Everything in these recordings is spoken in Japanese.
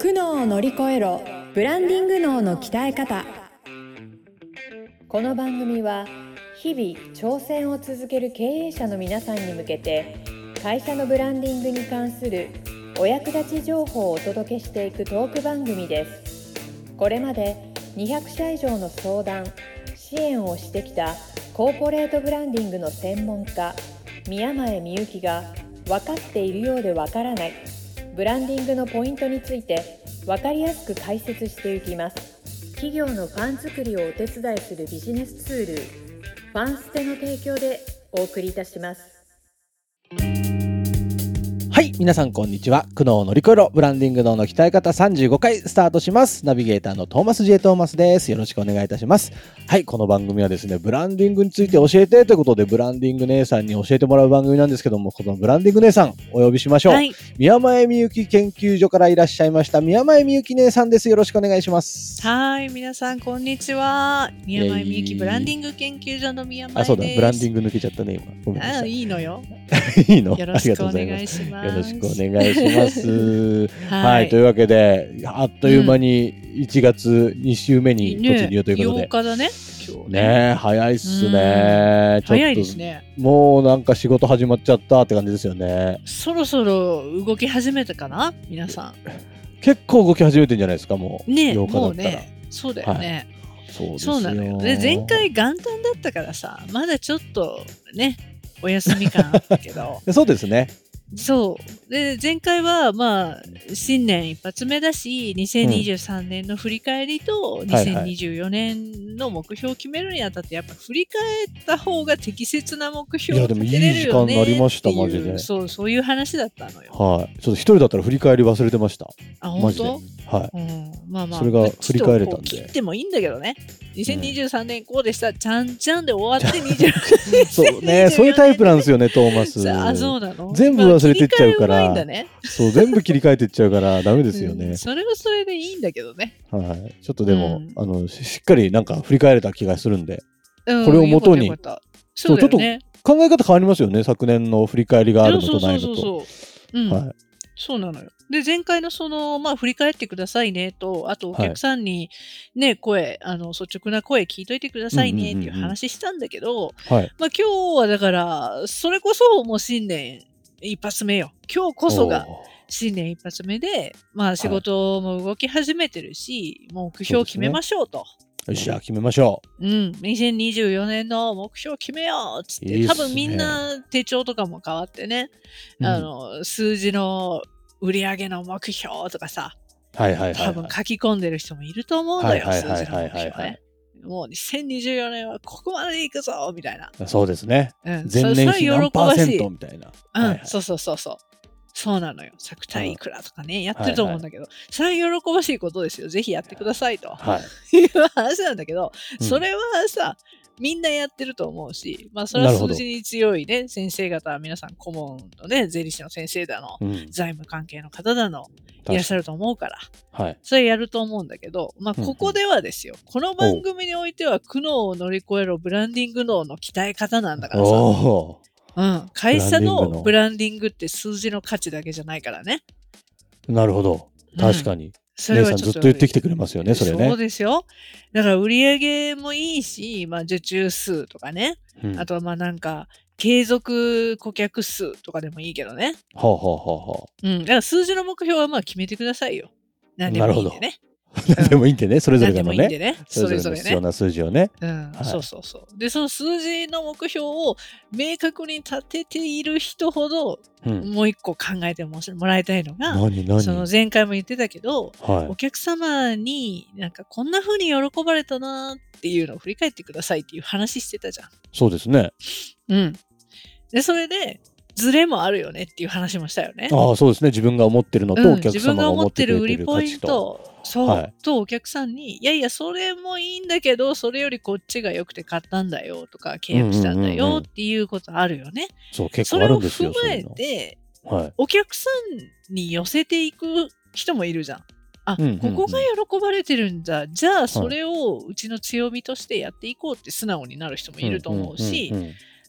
苦悩を乗り越えろブランディング脳の鍛え方。この番組は日々挑戦を続ける経営者の皆さんに向けて、会社のブランディングに関するお役立ち情報をお届けしていくトーク番組です。これまで200社以上の相談・支援をしてきたコーポレートブランディングの専門家宮前みゆきが、分かっているようで分からないブランディングのポイントについて分かりやすく解説していきます。企業のファン作りをお手伝いするビジネスツール、ファンステの提供でお送りいたします。 はい、皆さんこんにちは。苦悩を乗り越えろブランディング脳の鍛え方35回スタートします。ナビゲーターのトーマス J トーマスです。よろしくお願いいたします。はい、この番組はですね、ブランディングについて教えてということで、ブランディング姉さんに教えてもらう番組なんですけども、このブランディング姉さんお呼びしましょう。はい、宮前みゆき研究所からいらっしゃいました宮前みゆき姉さんです。よろしくお願いします。 はい、皆さんこんにちは。宮前みゆきブランディング研究所の宮前です。 そうだ、ブランディング抜けちゃったね今。ごめんなさい。 いいのよ。 いいの。 よろしくお願いします。 よろしくお願いします。はい、というわけで、あっという間に1月2週目に突入ということで。 8日だね。 今日ね、早いっすね。 早いですね。 もうなんか仕事始まっちゃったって感じですよね。 そろそろ動き始めたかな、皆さん。 結構動き始めてんじゃないですか、もう。 ね、 8日だったら。 もうね、そうだよね。 そうなのよ。で、前回元旦だったからさ、まだちょっとね、お休み感あったけど。 そうですね。 そうで、前回はまあ新年一発目だし、2023年の振り返りと2024年の目標を決めるにあたって、やっぱ振り返った方が適切な目標を立てれるよねっていう。いやでもいい時間になりました、マジで。そういう話だったのよ。 はい。ちょっと一人だったら振り返り忘れてました。 あ、本当？ はい。 まあまあ、 それが振り返れたんで。 切ってもいいんだけどね。2023年こうでした、ちゃんちゃんで終わって20 そうね、そういうタイプなんですよね、トーマス。 あ、そうなの？ 全部忘れてっちゃうから。 ね、 そう、全部切り替えてっちゃうからダメですよね。 それはそれでいいんだけどね。 はい。ちょっとでも、しっかりなんか振り返れた気がするんで、これをもとに、 そうちょっと考え方変わりますよね、昨年の振り返りがあるのとないのと。 そうなのよ。で、前回の振り返ってくださいねと、あとお客さんにね、率直な声聞いといてくださいねっていう話したんだけど、今日はだから、それこそもう新年一発目よ。今日こそが新年一発目で、仕事も動き始めてるし、目標を決めましょうと。 よっしゃ、決めましょう。2024年の目標を決めようっつって、多分みんな手帳とかも変わってね、数字の売上の目標とかさ、多分書き込んでる人もいると思うんだよ、数字の目標ね。もう2024年はここまでいくぞみたいな。 そうですね。前年比何%みたいな。 そう。そうなのよ。作体いくらとかね、やってると思うんだけど、それは喜ばしいことですよ。ぜひやってくださいと。いう話なんだけど、それはさ、みんなやってると思うし、それは数字に強いね、先生方、皆さん顧問のね、税理士の先生だの、財務関係の方だの、いらっしゃると思うから、それやると思うんだけど、ここではですよ、この番組においては苦悩を乗り越えろブランディング脳の鍛え方なんだからさ、会社のブランディングって数字の価値だけじゃないからね。 なるほど。確かに。それはずっと言ってきてくれますよね、それね。 そうですよ。だから売上もいいし、受注数とかね。あとはなんか、継続顧客数とかでもいいけどね。だから数字の目標は決めてくださいよ。何でもいいんでね。 でもいいんでね、それぞれのね。 それぞれね。 必要な数字をね。 そう。で、その数字の目標を明確に立てている人ほど、もう一個考えてもらいたいのが、その前回も言ってたけど、お客様になんかこんな風に喜ばれたなっていうのを振り返ってくださいっていう話してたじゃん。 そうですね。 で、それで、ズレもあるよねっていう話もしたよね。 そうですね。自分が思ってるのとお客様が思ってくれてる価値と。 とお客さんに、いやいや、それもいいんだけど、それよりこっちが良くて買ったんだよとか、契約したんだよっていうことあるよね。 そう、結構あるんですよ。 それを踏まえて、お客さんに寄せていく人もいるじゃん。ここが喜ばれてるんだ。じゃあ、それをうちの強みとしてやっていこうって素直になる人もいると思うし、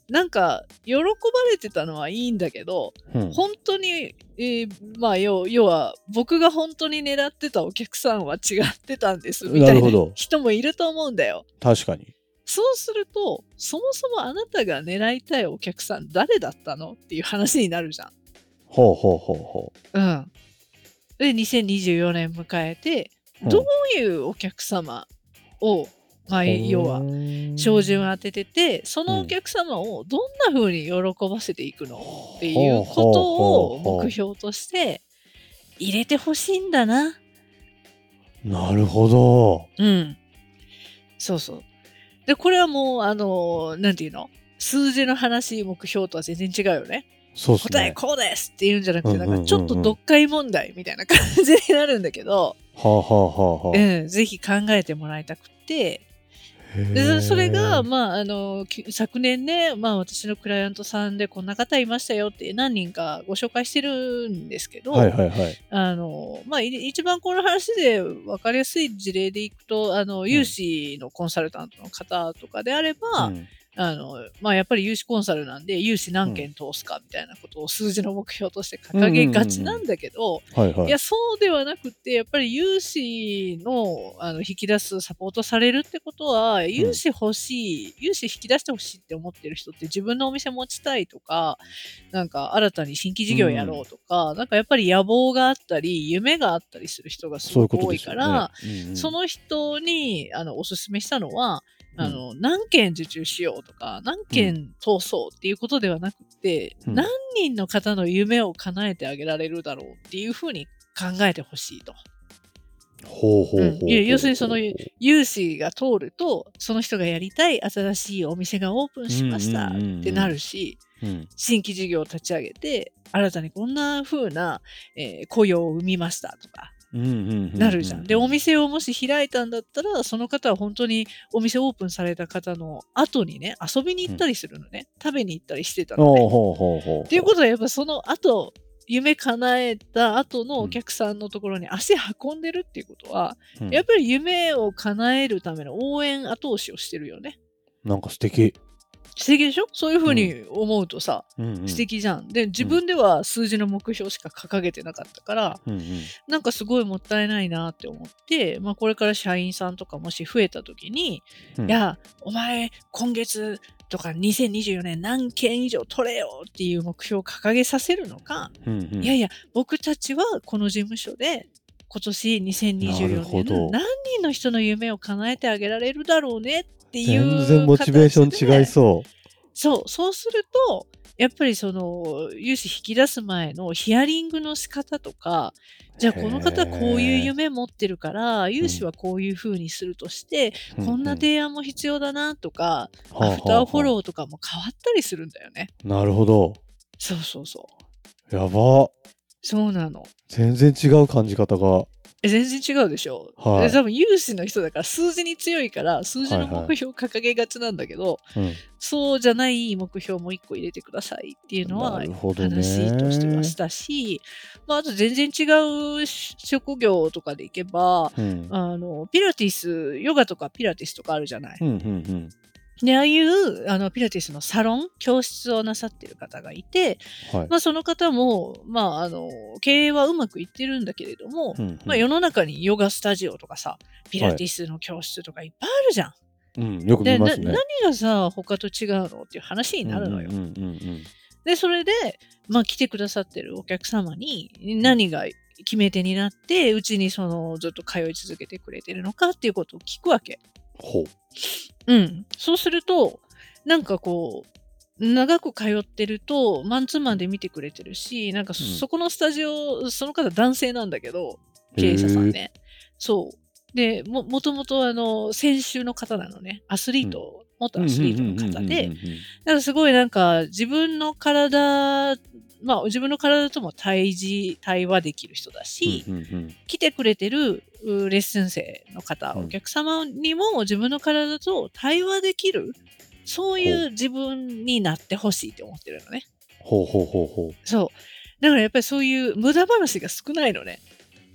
なんか喜ばれてたのはいいんだけど、本当に、まあ要は僕が本当に狙ってたお客さんは違ってたんですみたいな人もいると思うんだよ。 確かに。 そうすると、そもそもあなたが狙いたいお客さん誰だったのっていう話になるじゃん。 ほうほうほうほう。うん。で、2024年迎えて、どういうお客様を、まあ、要は、照準を当ててて、そのお客様をどんな風に喜ばせていくのっていうことを目標として入れてほしいんだな。 なるほど。 うん。そうそう。で、これはもう、なんていうの？数字の話、目標とは全然違うよね。 そうですね。 答えこうですって言うんじゃなくて、なんかちょっと読解問題みたいな感じになるんだけど、ぜひ考えてもらいたくて、でそれが、まあ、昨年ね、まあ私のクライアントさんでこんな方いましたよって何人かご紹介してるんですけど、まあ一番この話で分かりやすい事例でいくと、融資のコンサルタントの方とかであれば、まあやっぱり融資コンサルなんで、融資何件通すかみたいなことを数字の目標として掲げがちなんだけど、いや、そうではなくて、やっぱり融資の、引き出す、サポートされるってことは、融資欲しい、融資引き出してほしいって思ってる人って自分のお店持ちたいとか、なんか新たに新規事業やろうとか、なんかやっぱり野望があったり、夢があったりする人がすごく多いから、その人に、おすすめしたのは、何件受注しようとか、何件通そうっていうことではなくて、何人の方の夢を叶えてあげられるだろうっていうふうに考えてほしいと。要するにその融資が通ると、その人がやりたい新しいお店がオープンしましたってなるし、新規事業を立ち上げて、新たにこんな風な、雇用を生みましたとか。なるじゃん。で、お店をもし開いたんだったら、その方は本当にお店オープンされた方の後にね、遊びに行ったりするのね。食べに行ったりしてたのね。っていうことはやっぱその後、夢叶えた後のお客さんのところに足運んでるっていうことは、やっぱり夢を叶えるための応援後押しをしてるよね。 なんか素敵。 素敵でしょ？そういうふうに思うとさ、素敵じゃん。で、自分では数字の目標しか掲げてなかったから、なんかすごいもったいないなって思って、まあこれから社員さんとかもし増えた時に、いや、お前今月とか2024年何件以上取れよっていう目標を掲げさせるのか、いやいや、僕たちはこの事務所で今年2024年何人の人の夢を叶えてあげられるだろうねっていう全然モチベーション違いそう。 そうすると、やっぱりその融資引き出す前のヒアリングの仕方とか、じゃあこの方こういう夢持ってるから、融資はこういう風にするとして、こんな提案も必要だなとか、アフターフォローとかも変わったりするんだよね。 なるほど。 そうやば。 そうなの。 全然違う感じ方が。 全然違うでしょ。多分融資の人だから数字に強いから数字の目標を掲げがちなんだけど、そうじゃない目標も1個入れてくださいっていうのは話としてはしたし、まあ、あと全然違う職業とかでいけば、ピラティス、ヨガとかピラティスとかあるじゃない。で、ああいうピラティスのサロン、教室をなさっている方がいて、まあその方も、まあ経営はうまくいってるんだけれども、まあ世の中にヨガスタジオとかさ、ピラティスの教室とかいっぱいあるじゃん。 よく見ますね。 何がさ、他と違うのっていう話になるのよ。で、それで、まあ来てくださってるお客様に何が決め手になって、うちにずっと通い続けてくれてるのかっていうことを聞くわけ。そうすると、なんかこう、長く通ってると、マンツーマンで見てくれてるし、なんかそこのスタジオ、その方男性なんだけど、経営者さんね。そう。で、もともと選手の方なのね。アスリート、元アスリートの方で、なんかすごいなんか自分の体、まあ自分の体とも対話できる人だし、来てくれてるレッスン生の方、お客様にも自分の体と対話できる、そういう自分になってほしいって思ってるのね。そう。だからやっぱりそういう無駄話が少ないのね。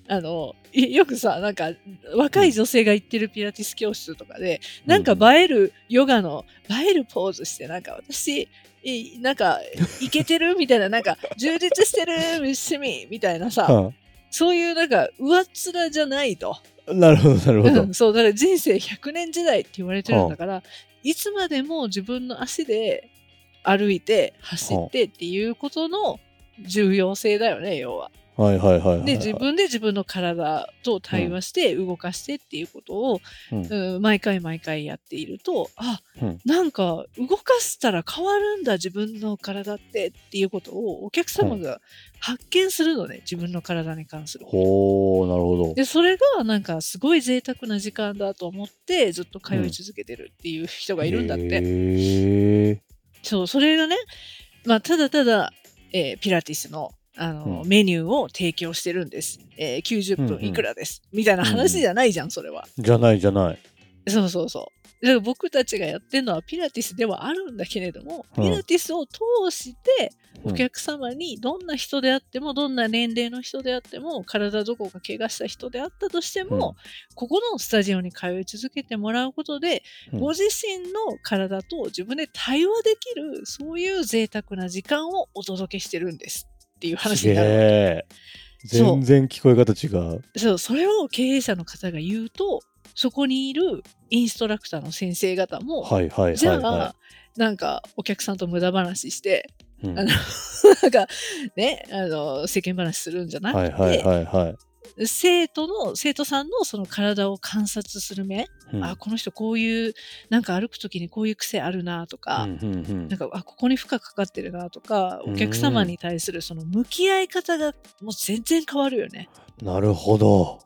よくさ、なんか、若い女性が行ってるピラティス教室とかで、なんか映えるヨガの、映えるポーズして、なんか私、なんか、イケてるみたいな、なんか、充実してる趣味みたいなさ、 はそういうなんか、上っ面じゃないと。 あ、なるほど、なるほど。 そう、だから人生100年時代って言われてるんだから、いつまでも自分の足で歩いて、走ってっていうことの重要性だよね、要は。 はいはいはいはい。 で、自分で自分の体と対話して動かしてっていうことを、毎回毎回やっていると、なんか動かしたら変わるんだ自分の体ってっていうことをお客様が発見するのね、自分の体に関する。 ほー、なるほど。 で、それがなんかすごい贅沢な時間だと思ってずっと通い続けてるっていう人がいるんだって。 へー。 そう、それがね、まあ、ただただ、ピラティスのメニューを提供してるんです。90分いくらです。みたいな話じゃないじゃん、それは。 じゃないじゃない。 そうそうそう。だから僕たちがやってるのはピラティスではあるんだけれども、ピラティスを通してお客様にどんな人であっても、どんな年齢の人であっても、体どこか怪我した人であったとしても、ここのスタジオに通い続けてもらうことで、ご自身の体と自分で対話できる、そういう贅沢な時間をお届けしてるんです。っていう話になるわけ。 全然聞こえ方違う。 そう、それを経営者の方が言うと、そこにいるインストラクターの先生方も、じゃあ、なんかお客さんと無駄話して、なんかね、世間話するんじゃなくて、生徒さんのその体を観察する目、この人こういうなんか歩くときにこういう癖あるなとか、なんかここに負荷かかってるなとか、お客様に対するその向き合い方がもう全然変わるよね。 なるほど。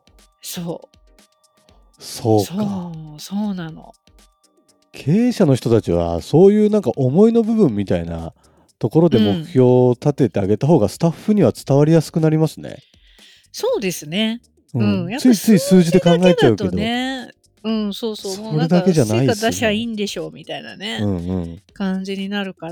そうか。 そうなの。 経営者の人たちはそういうなんか思いの部分みたいなところで目標を立ててあげた方がスタッフには伝わりやすくなりますね。 そうですね。 ついつい数字で考えちゃうけど。 そう。 それだけじゃないですね。 成果出しゃいいんでしょうみたいなね、感じになるから、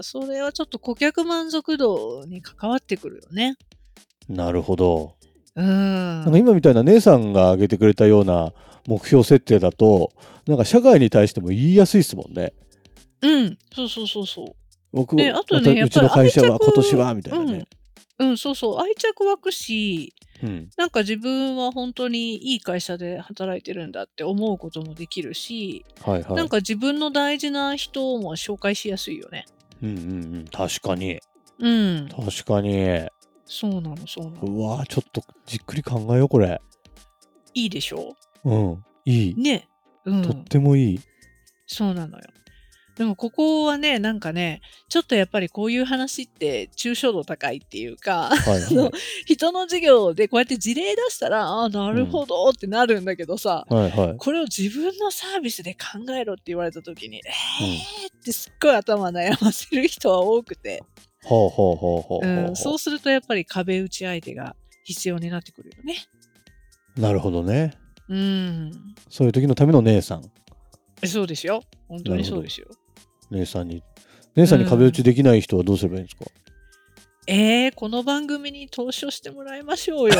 それはちょっと顧客満足度に関わってくるよね。 なるほど。なんか今みたいな姉さんが挙げてくれたような目標設定だと、なんか社外に対しても言いやすいですもんね。 そう。 僕、あとね、うちの会社は今年はみたいなね。 そう。愛着湧くし、なんか自分は本当にいい会社で働いてるんだって思うこともできるし、なんか自分の大事な人も紹介しやすいよね。 確かに。確かに。 そうなの。 うわー、ちょっとじっくり考えよう、これ。 いいでしょ？ いい。 ね。 とってもいい。 そうなのよ。でもここはね、なんかね、ちょっとやっぱりこういう話って抽象度高いっていうか、人の授業でこうやって事例出したら、なるほどってなるんだけどさ、これを自分のサービスで考えろって言われた時に、ってすっごい頭悩ませる人は多くて。そうするとやっぱり壁打ち相手が必要になってくるよね。 なるほどね。そういう時のための姉さん。 そうですよ。本当にそうですよ。 姉さんに壁打ちできない人はどうすればいいんですか？ この番組に投資をしてもらいましょうよ。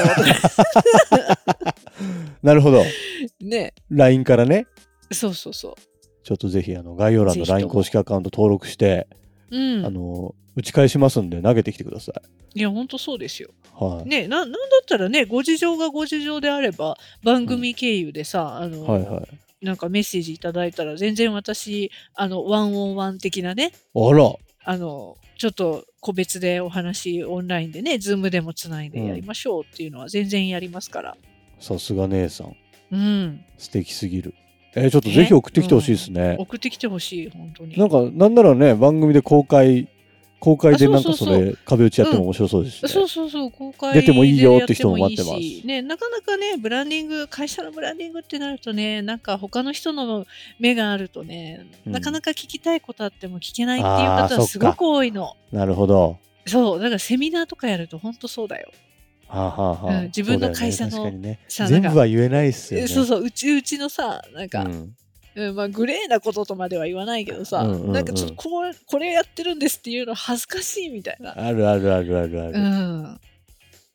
なるほど。 ね。 LINE からね。 そう。 ちょっとぜひ概要欄の LINE 公式アカウント登録して、打ち返しますんで投げてきてください。 いや、ほんとそうですよ。ね、なんだったらね、ご事情がご事情であれば、番組経由でさ、なんかメッセージいただいたら、全然私、ワンオンワン的なね、ちょっと個別でお話、オンラインでね、ズームでもつないでやりましょうっていうのは全然やりますから。 さすが姉さん。素敵すぎる。ちょっとぜひ送ってきてほしいですね。 送ってきてほしい、本当に。 なんならね、番組で公開でなんかそれ壁打ちやっても面白そうですしね。 そう公開で出てもいいよって人も待ってます。 ね、なかなかね、会社のブランディングってなるとね、なんか他の人の目があるとね、なかなか聞きたいことあっても聞けないっていう方はすごく多いの。 なるほど。 そう、だからセミナーとかやると本当そうだよ。自分の会社の、 全部は言えないっすよね。 うちのさ、なんか、グレーなこととまでは言わないけどさ、なんかちょっとこれやってるんですっていうの恥ずかしいみたいな。 ある。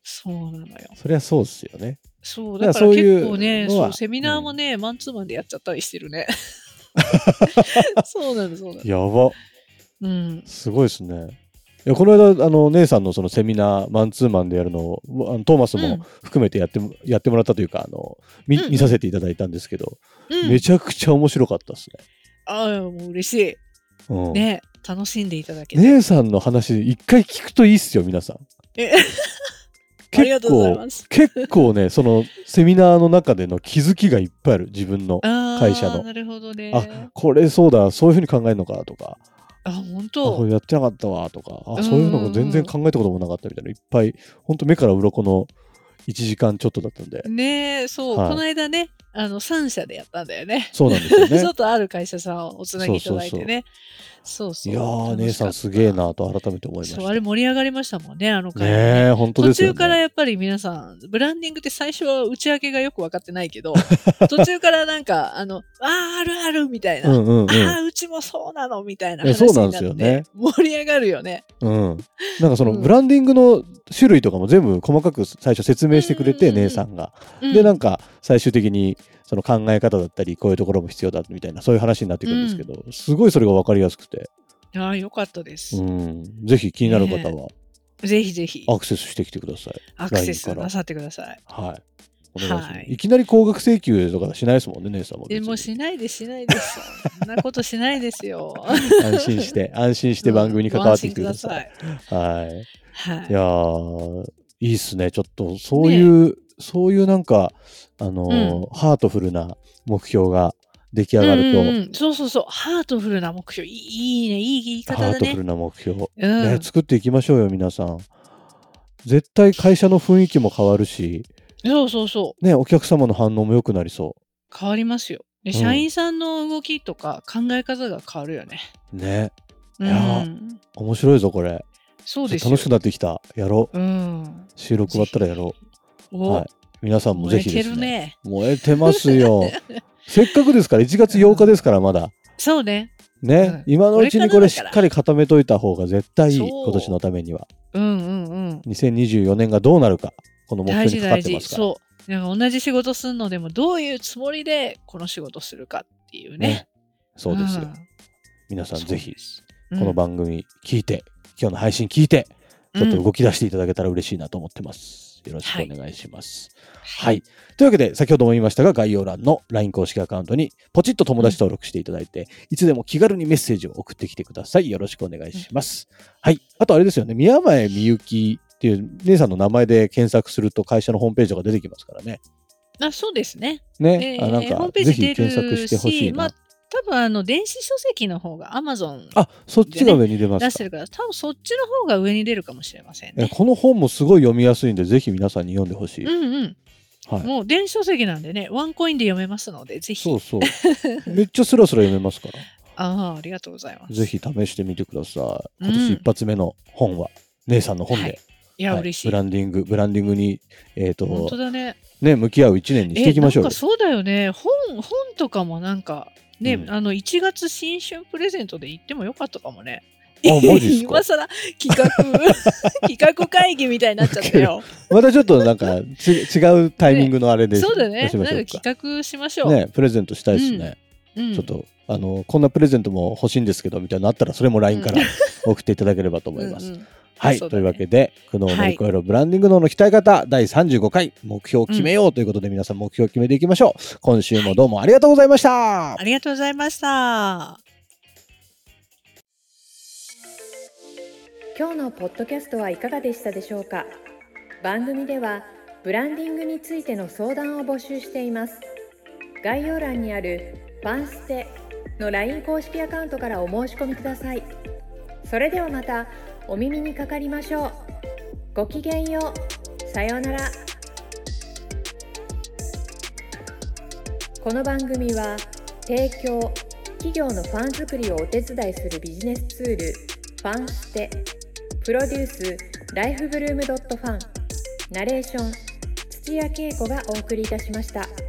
そうなのよ。 そりゃそうですよね。 そう、 だかだかららそういう結構ね、 のはそう、セミナーもね、マンツーマンでやっちゃったりしてるね。そうなの、そうなの。 やば。 うん。 すごいですね。いや、この間、姉さんのそのセミナー、マンツーマンでやるのを、トーマスも含めてやってもらったというか、見させていただいたんですけど、めちゃくちゃ面白かったですね。 ああ、もう嬉しい。ね、楽しんでいただけて。 姉さんの話、一回聞くといいっすよ、皆さん。 ありがとうございます。 結構ね、そのセミナーの中での気づきがいっぱいある、自分の会社の。 なるほどね。 あ、これそうだ、そういうふうに考えるのかとか。 あ、本こ当。 れやってなかったわとか、そういうのが全然考えたこともなかったみたいな、いっぱい、本当目から鱗の1時間ちょっとだったんで。 ねえ、そう、この間ね、3社でやったんだよね。 そうなんですよね。 ちょっとある会社さんをおつなぎいただいてね。そうそう。 いやー、姉さんすげえなと改めて思いました。 そう、あれ盛り上がりましたもんね、あの会ね。本当ですよね。 途中からやっぱり皆さん、ブランディングって最初は打ち明けがよく分かってないけど、途中からなんか、あるあるみたいな、うちもそうなのみたいな話になって、盛り上がるよね。 なんかそのブランディングの種類とかも全部細かく最初説明してくれて、姉さんが。で、なんか最終的に、その考え方だったり、こういうところも必要だみたいな、そういう話になっていくんですけど、すごいそれが分かりやすくて。 ああ、よかったです。 ぜひ気になる方は、 ぜひぜひ。 アクセスしてきてください。 アクセスなさってください。 はい。お願いします。いきなり高額請求とかしないですもんね、姉さんも。 もうしないです。そんなことしないですよ。 安心して番組に関わってきてください。はい。いやー、いいっすね。ちょっと、そういうなんか、ハートフルな目標が出来上がると。そう。ハートフルな目標。いいね。いい言い方だね。 ハートフルな目標。ね、作っていきましょうよ、皆さん。絶対会社の雰囲気も変わるし。 そう。 ね、お客様の反応も良くなりそう。 変わりますよ。社員さんの動きとか考え方が変わるよね。 ね。いや、面白いぞ、これ。 そうです。 楽しくなってきた。やろう。収録終わったらやろう。はい。皆さんもぜひですね。燃えてますよ。せっかくですから、1月8日ですから、まだ。 そうね。 ね。今のうちにこれしっかり固めといた方が絶対いい。今年のためには。2024年がどうなるか。この目標にかかってますから。 そう。なんか同じ仕事するのでもどういうつもりでこの仕事するかっていうね。 そうですよ。皆さんぜひこの番組聞いて、今日の配信聞いて、ちょっと動き出していただけたら嬉しいなと思ってます。よろしくお願いします。はい。というわけで、先ほども言いましたが、概要欄の LINE 公式アカウントにポチッと友達登録していただいて、いつでも気軽にメッセージを送ってきてください。よろしくお願いします。はい。あとあれですよね、宮前みゆきっていう姉さんの名前で検索すると会社のホームページが出てきますからね。 そうですね。 ね。なんか、ぜひ検索してほしいな。 多分電子書籍の方が Amazon そっちが上に出ますか。 出してるから、多分そっちの方が上に出るかもしれませんね。 この本もすごい読みやすいんで、ぜひ皆さんに読んでほしい。 はい、もう電子書籍なんでね、ワンコインで読めますので、ぜひ。 そう。めっちゃスラスラ読めますから。 ありがとうございます。 ぜひ試してみてください。今年一発目の本は、姉さんの本で。 いや、嬉しい。 ブランディングに、 本当だね。 向き合う一年にしていきましょう。 なんかそうだよね。本とかもなんか、ね、1月新春プレゼントで言ってもよかったかもね。 マジっすか。 今更企画会議みたいになっちゃったよ。 またちょっとなんか違うタイミングのあれで、 そうだね。なんか企画しましょう。 ね、プレゼントしたいですね。ちょっとこんなプレゼントも欲しいんですけどみたいなのあったらそれも LINE から送っていただければと思います。はい、というわけで苦悩を乗り越えるブランディング脳の鍛え方第35回目標を決めようということで、皆さん目標を決めていきましょう。今週もどうもありがとうございました。 ありがとうございました。 今日のポッドキャストはいかがでしたでしょうか。番組ではブランディングについての相談を募集しています。概要欄にあるファンステの LINE 公式アカウントからお申し込みください。それではまたお耳にかかりましょう。ごきげんよう。さようなら。この番組は提供、企業のファン作りをお手伝いするビジネスツールファンステ、プロデュースライフブルームドットファン、ナレーション土屋恵子がお送りいたしました。